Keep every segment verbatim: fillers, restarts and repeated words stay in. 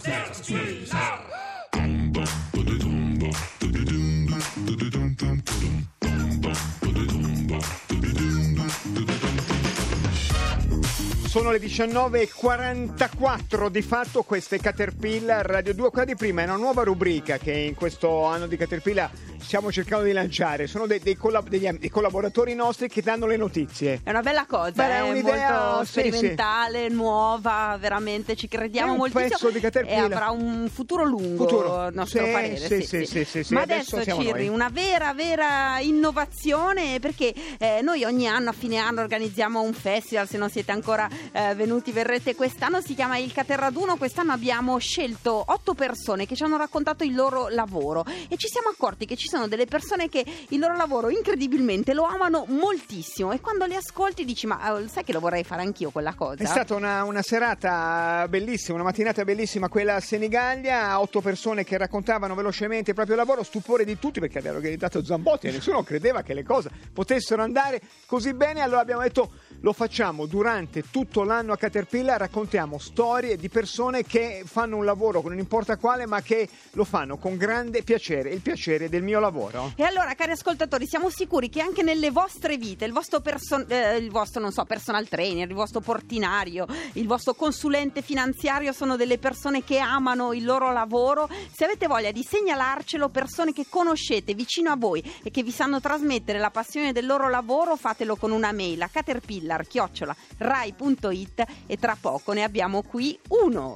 Sono le diciannove e quarantaquattro, di fatto questa è Caterpillar Radio due. Quella di prima è una nuova rubrica che in questo anno di Caterpillar stiamo cercando di lanciare. Sono dei, dei, collab- degli, dei collaboratori nostri che danno le notizie. È una bella cosa, Beh, è è un'idea, molto sì, sperimentale, sì. nuova, veramente ci crediamo è un moltissimo. Pezzo di Caterpillar. E avrà un futuro lungo, futuro. a nostro sì, parere. Sì, sì, sì, sì. sì, sì, sì. Ma adesso, adesso Cirri, noi. una vera, vera innovazione, perché eh, noi ogni anno, a fine anno, organizziamo un festival. Se non siete ancora eh, venuti, verrete quest'anno. Si chiama il Caterraduno. Quest'anno abbiamo scelto otto persone che ci hanno raccontato il loro lavoro e ci siamo accorti che ci sono delle persone che il loro lavoro incredibilmente lo amano moltissimo, e quando li ascolti dici: ma uh, sai che lo vorrei fare anch'io quella cosa? È stata una, una serata bellissima, una mattinata bellissima quella a Senigallia, otto persone che raccontavano velocemente il proprio lavoro, stupore di tutti perché aveva organizzato Zambotti e nessuno credeva che le cose potessero andare così bene. Allora abbiamo detto: lo facciamo durante tutto l'anno a Caterpillar, raccontiamo storie di persone che fanno un lavoro, non importa quale, ma che lo fanno con grande piacere, il piacere del mio lavoro. E allora, cari ascoltatori, siamo sicuri che anche nelle vostre vite il vostro, perso- eh, il vostro non so, personal trainer, il vostro portinario, il vostro consulente finanziario sono delle persone che amano il loro lavoro. Se avete voglia di segnalarcelo, persone che conoscete vicino a voi e che vi sanno trasmettere la passione del loro lavoro, fatelo con una mail a caterpillar chiocciola rai punto it e tra poco ne abbiamo qui uno.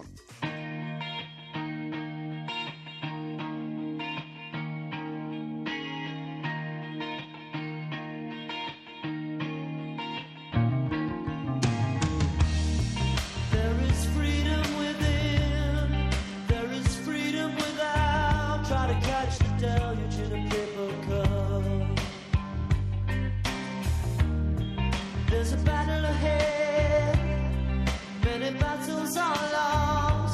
There's a battle ahead, many battles are lost.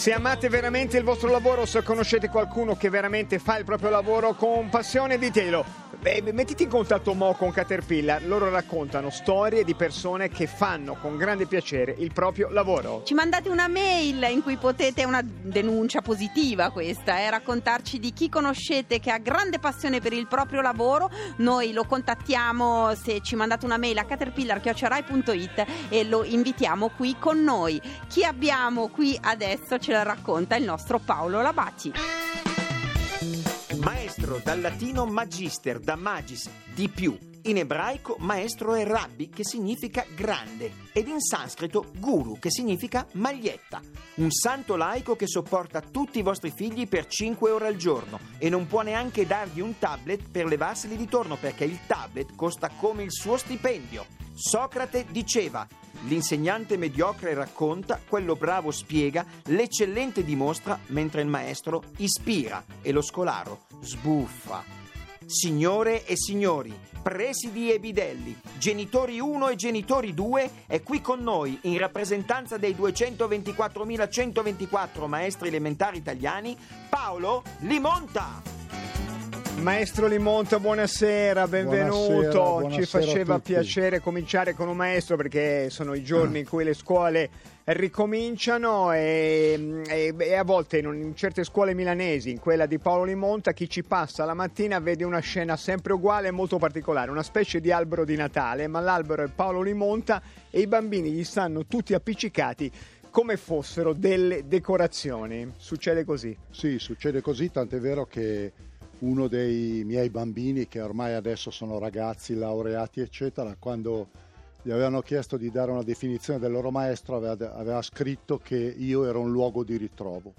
Se amate veramente il vostro lavoro, se conoscete qualcuno che veramente fa il proprio lavoro con passione, ditelo. Beh, mettiti in contatto mo con Caterpillar, loro raccontano storie di persone che fanno con grande piacere il proprio lavoro. Ci mandate una mail in cui potete, una denuncia positiva questa, eh, raccontarci di chi conoscete che ha grande passione per il proprio lavoro. Noi lo contattiamo se ci mandate una mail a caterpillar chiocciola rai punto it e lo invitiamo qui con noi. Chi abbiamo qui adesso ce la racconta il nostro Paolo Labati. Maestro, dal latino magister, da magis, di più. In ebraico maestro è rabbi, che significa grande, ed in sanscrito guru, che significa maglietta. Un santo laico che sopporta tutti i vostri figli per cinque ore al giorno e non può neanche dargli un tablet per levarseli di torno, perché il tablet costa come il suo stipendio. Socrate diceva: l'insegnante mediocre racconta, quello bravo spiega, l'eccellente dimostra, mentre il maestro ispira e lo scolaro sbuffa. Signore e signori, presidi e bidelli, genitori uno e genitori due, è qui con noi, in rappresentanza dei duecentoventiquattromilacentoventiquattro maestri elementari italiani, Paolo Limonta. Maestro Limonta, buonasera, benvenuto. Buonasera, buonasera. Ci faceva a tutti. piacere cominciare con un maestro, perché sono i giorni in cui le scuole ricominciano e, e, e a volte in, in certe scuole milanesi, in quella di Paolo Limonta, chi ci passa la mattina vede una scena sempre uguale e molto particolare, una specie di albero di Natale, ma l'albero è Paolo Limonta e i bambini gli stanno tutti appiccicati come fossero delle decorazioni. Succede così? Sì, succede così, tant'è vero che uno dei miei bambini, che ormai adesso sono ragazzi, laureati eccetera, quando gli avevano chiesto di dare una definizione del loro maestro aveva, aveva scritto che io ero un luogo di ritrovo.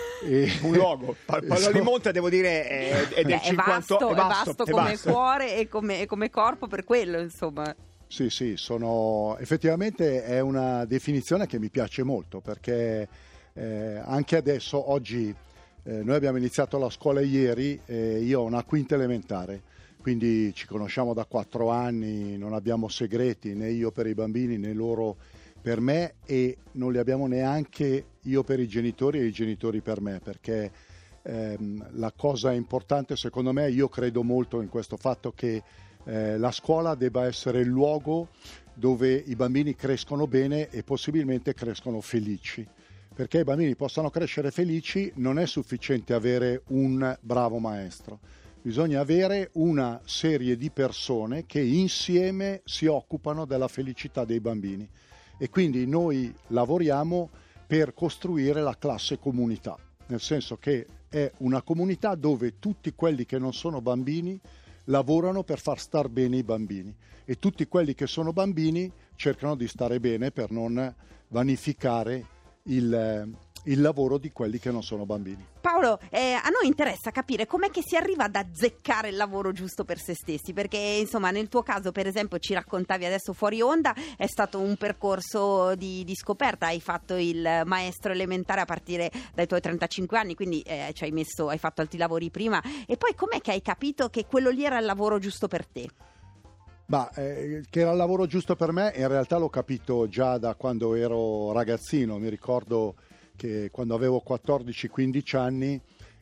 E un luogo, Paolo Limonta devo dire è, è del Beh, è vasto, cinquanta, è vasto, è vasto come è vasto. cuore e come, e come corpo, per quello insomma. Sì, sì, sono effettivamente è una definizione che mi piace molto, perché eh, anche adesso, oggi, eh, noi abbiamo iniziato la scuola ieri e io ho una quinta elementare, quindi ci conosciamo da quattro anni, non abbiamo segreti, né io per i bambini né loro per me, e non li abbiamo neanche io per i genitori e i genitori per me, perché ehm, la cosa importante secondo me, io credo molto in questo fatto che eh, la scuola debba essere il luogo dove i bambini crescono bene e possibilmente crescono felici. Perché i bambini possano crescere felici non è sufficiente avere un bravo maestro. Bisogna avere una serie di persone che insieme si occupano della felicità dei bambini, e quindi noi lavoriamo per costruire la classe comunità, nel senso che è una comunità dove tutti quelli che non sono bambini lavorano per far star bene i bambini, e tutti quelli che sono bambini cercano di stare bene per non vanificare il, il lavoro di quelli che non sono bambini. Paolo, eh, a noi interessa capire com'è che si arriva ad azzeccare il lavoro giusto per se stessi, perché insomma nel tuo caso, per esempio, ci raccontavi adesso fuori onda, è stato un percorso di, di scoperta. Hai fatto il maestro elementare a partire dai tuoi trentacinque anni, quindi eh, ci hai messo, hai fatto altri lavori prima, e poi com'è che hai capito che quello lì era il lavoro giusto per te? Ma eh, che era il lavoro giusto per me, in realtà l'ho capito già da quando ero ragazzino. Mi ricordo che quando avevo quattordici quindici anni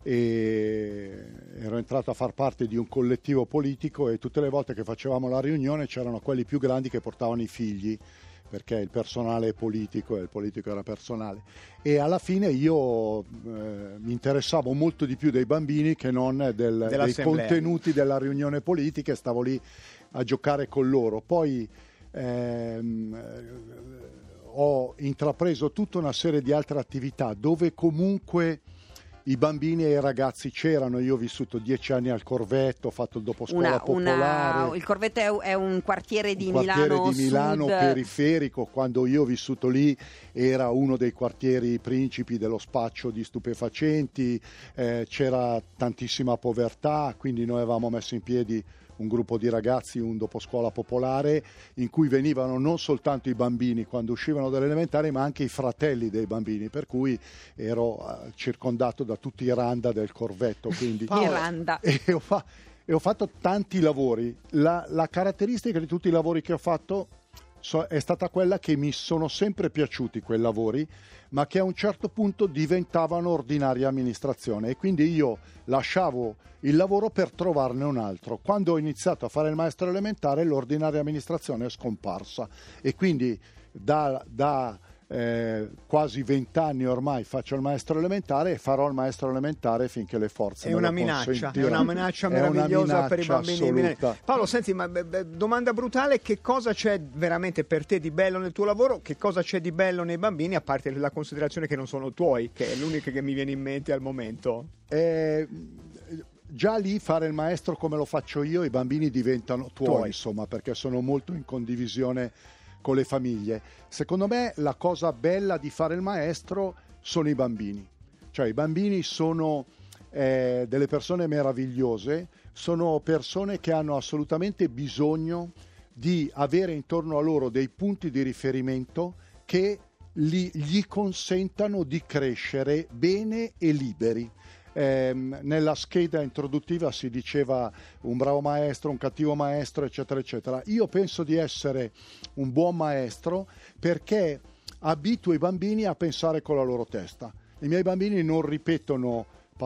e ero entrato a far parte di un collettivo politico, e tutte le volte che facevamo la riunione c'erano quelli più grandi che portavano i figli, perché il personale è politico e il politico era personale, e alla fine io eh, mi interessavo molto di più dei bambini che non del, dei contenuti della riunione politica, e stavo lì a giocare con loro. Poi ehm, ho intrapreso tutta una serie di altre attività dove comunque i bambini e i ragazzi c'erano. Io ho vissuto dieci anni al Corvetto, ho fatto il doposcuola una, popolare. Una, il Corvetto è, è un quartiere di un quartiere Milano di Milano Sud. periferico. Quando io ho vissuto lì era uno dei quartieri principi dello spaccio di stupefacenti, eh, c'era tantissima povertà, quindi noi avevamo messo in piedi un gruppo di ragazzi, un doposcuola popolare, in cui venivano non soltanto i bambini quando uscivano dalle elementari, ma anche i fratelli dei bambini, per cui ero uh, circondato da tutti i randa del Corvetto. Quindi, I randa. E ho, fa- e ho fatto tanti lavori. La, la caratteristica di tutti i lavori che ho fatto so, è stata quella che mi sono sempre piaciuti quei lavori, ma che a un certo punto diventavano ordinaria amministrazione, e quindi io lasciavo il lavoro per trovarne un altro. Quando ho iniziato a fare il maestro elementare, l'ordinaria amministrazione è scomparsa, e quindi da, da eh, quasi vent'anni ormai faccio il maestro elementare e farò il maestro elementare finché le forze è me una lo minaccia, è consentiranno. una minaccia È una meravigliosa per i minaccia bambini di Milano. assoluta. Paolo, senti, ma beh, beh, domanda brutale: che cosa c'è veramente per te di bello nel tuo lavoro? Che cosa c'è di bello nei bambini, a parte la considerazione che non sono tuoi, che è l'unica che mi viene in mente al momento? Eh, già lì fare il maestro come lo faccio io, i bambini diventano tuoi, Tuoi. insomma, perché sono molto in condivisione con le famiglie. Secondo me la cosa bella di fare il maestro sono i bambini, cioè i bambini sono eh, delle persone meravigliose, sono persone che hanno assolutamente bisogno di avere intorno a loro dei punti di riferimento che li, gli consentano di crescere bene e liberi. Eh, nella scheda introduttiva si diceva un bravo maestro, un cattivo maestro, eccetera eccetera. Io penso di essere un buon maestro perché abituo i bambini a pensare con la loro testa. I miei bambini non ripetono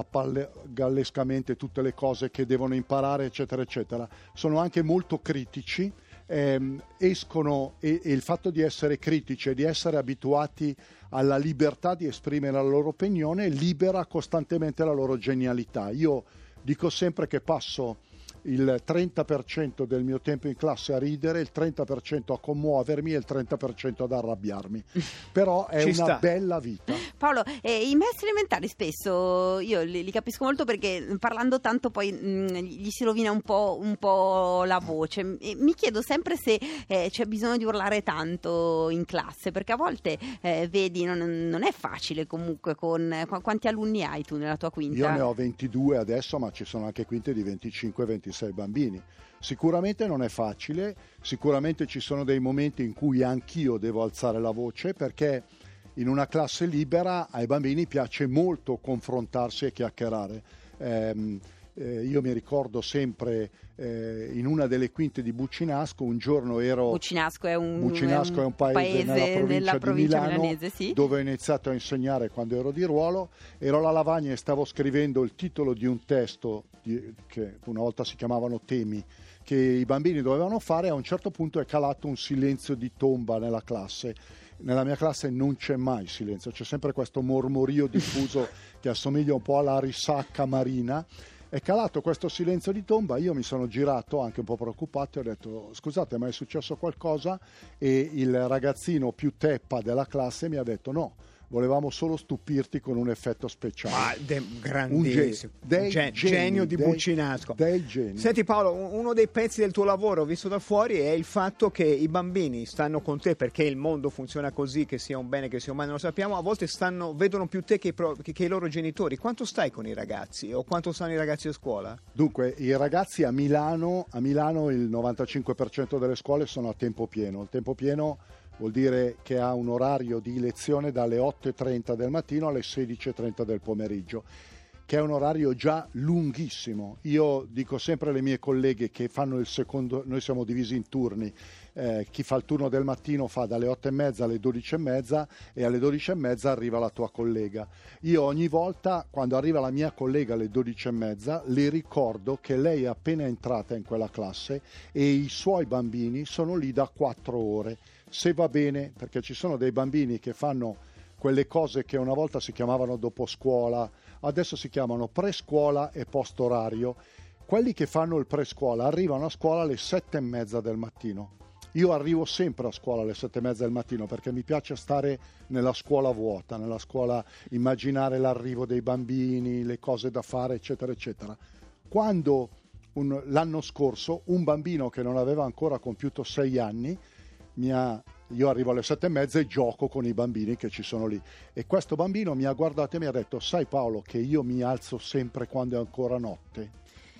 papagallescamente tutte le cose che devono imparare, eccetera eccetera. Sono anche molto critici. Eh, escono e, e il fatto di essere critici e di essere abituati alla libertà di esprimere la loro opinione libera costantemente la loro genialità. Io dico sempre che passo il trenta per cento del mio tempo in classe a ridere, il trenta per cento a commuovermi e il trenta per cento ad arrabbiarmi. Però è Ci una sta. bella vita. Paolo, eh, i maestri elementari spesso io li, li capisco molto perché parlando tanto poi mh, gli si rovina un po', un po' la voce. E mi chiedo sempre se eh, c'è bisogno di urlare tanto in classe, perché a volte eh, vedi non, non è facile comunque con qu- quanti alunni hai tu nella tua quinta? Io ne ho ventidue adesso, ma ci sono anche quinte di venticinque ventisei bambini. Sicuramente non è facile, sicuramente ci sono dei momenti in cui anch'io devo alzare la voce, perché in una classe libera ai bambini piace molto confrontarsi e chiacchierare. Eh, eh, io mi ricordo sempre eh, in una delle quinte di Buccinasco, un giorno ero... Buccinasco è un, Buccinasco è un paese, paese nella provincia, nella provincia di Milano, milanese, sì. dove ho iniziato a insegnare quando ero di ruolo. Ero alla lavagna e stavo scrivendo il titolo di un testo di, che una volta si chiamavano temi, che i bambini dovevano fare. A un certo punto è calato un silenzio di tomba nella classe. Nella mia classe non c'è mai silenzio, c'è sempre questo mormorio diffuso che assomiglia un po' alla risacca marina. È calato questo silenzio di tomba, io mi sono girato anche un po' preoccupato e ho detto: scusate, ma è successo qualcosa? E il ragazzino più teppa della classe mi ha detto: no, volevamo solo stupirti con un effetto speciale. Ma de- Un grandissimo, ge- dei Gen- geni, genio di dei- Buccinasco. dei geni. Senti Paolo, un- uno dei pezzi del tuo lavoro visto da fuori è il fatto che i bambini stanno con te perché il mondo funziona così, che sia un bene che sia un male non lo sappiamo, a volte stanno, vedono più te che i, pro- che- che i loro genitori. Quanto stai con i ragazzi o quanto stanno i ragazzi a scuola? Dunque, i ragazzi a Milano, a Milano il novantacinque per cento delle scuole sono a tempo pieno. Il tempo pieno vuol dire che ha un orario di lezione dalle otto e trenta del mattino alle sedici e trenta del pomeriggio, che è un orario già lunghissimo. Io dico sempre alle mie colleghe che fanno il secondo, noi siamo divisi in turni, eh, chi fa il turno del mattino fa dalle otto e mezza alle dodici e mezza e alle dodici e mezza arriva la tua collega. Io ogni volta, quando arriva la mia collega alle dodici e mezza, le ricordo che lei è appena entrata in quella classe e i suoi bambini sono lì da quattro ore. Se va bene, perché ci sono dei bambini che fanno quelle cose che una volta si chiamavano dopo scuola, adesso si chiamano prescuola e post orario. Quelli che fanno il prescuola arrivano a scuola alle sette e mezza del mattino. Io arrivo sempre a scuola alle sette e mezza del mattino perché mi piace stare nella scuola vuota, nella scuola, immaginare l'arrivo dei bambini, le cose da fare, eccetera, eccetera. Quando un, l'anno scorso un bambino che non aveva ancora compiuto sei anni, mi ha, io arrivo alle sette e mezza e gioco con i bambini che ci sono lì, e questo bambino mi ha guardato e mi ha detto: sai Paolo che io mi alzo sempre quando è ancora notte?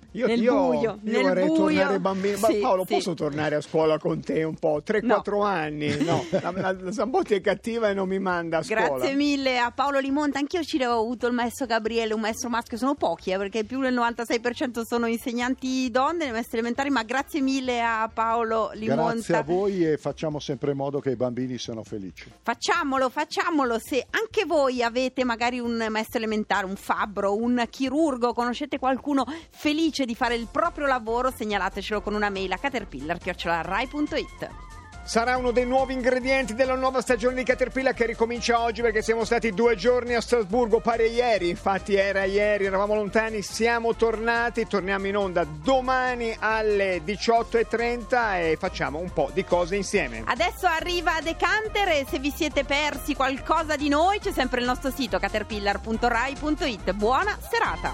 Io, nel io, buio, io nel vorrei buio. tornare bambino. Ma Sì, Paolo, sì. posso tornare a scuola con te un po'? tre quattro anni? No, la, la, la Zambotti è cattiva e non mi manda a scuola. Grazie mille a Paolo Limonta, anch'io ci avevo avuto il maestro Gabriele, un maestro maschio, sono pochi eh, perché più del novantasei per cento sono insegnanti donne nelle maestre elementari, ma grazie mille a Paolo Limonta. Grazie a voi e facciamo sempre in modo che i bambini siano felici. Facciamolo, facciamolo, se anche voi avete magari un maestro elementare, un fabbro, un chirurgo, conoscete qualcuno felice di fare il proprio lavoro, segnalatecelo con una mail a caterpillar chiocciola rai punto it. Sarà uno dei nuovi ingredienti della nuova stagione di Caterpillar che ricomincia oggi, perché siamo stati due giorni a Strasburgo, pare ieri, infatti era ieri, eravamo lontani, siamo tornati, torniamo in onda domani alle diciotto e trenta e facciamo un po' di cose insieme. Adesso arriva Decanter e se vi siete persi qualcosa di noi c'è sempre il nostro sito caterpillar punto rai punto it. Buona serata!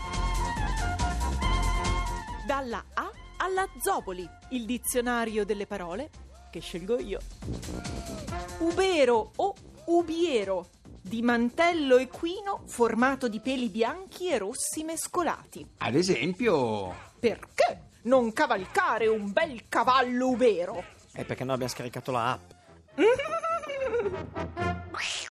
Dalla A alla Zopoli, il dizionario delle parole che scelgo io. Ubero o ubiero, di mantello equino formato di peli bianchi e rossi mescolati. Ad esempio... Perché non cavalcare un bel cavallo ubero? È perché noi abbiamo scaricato la app.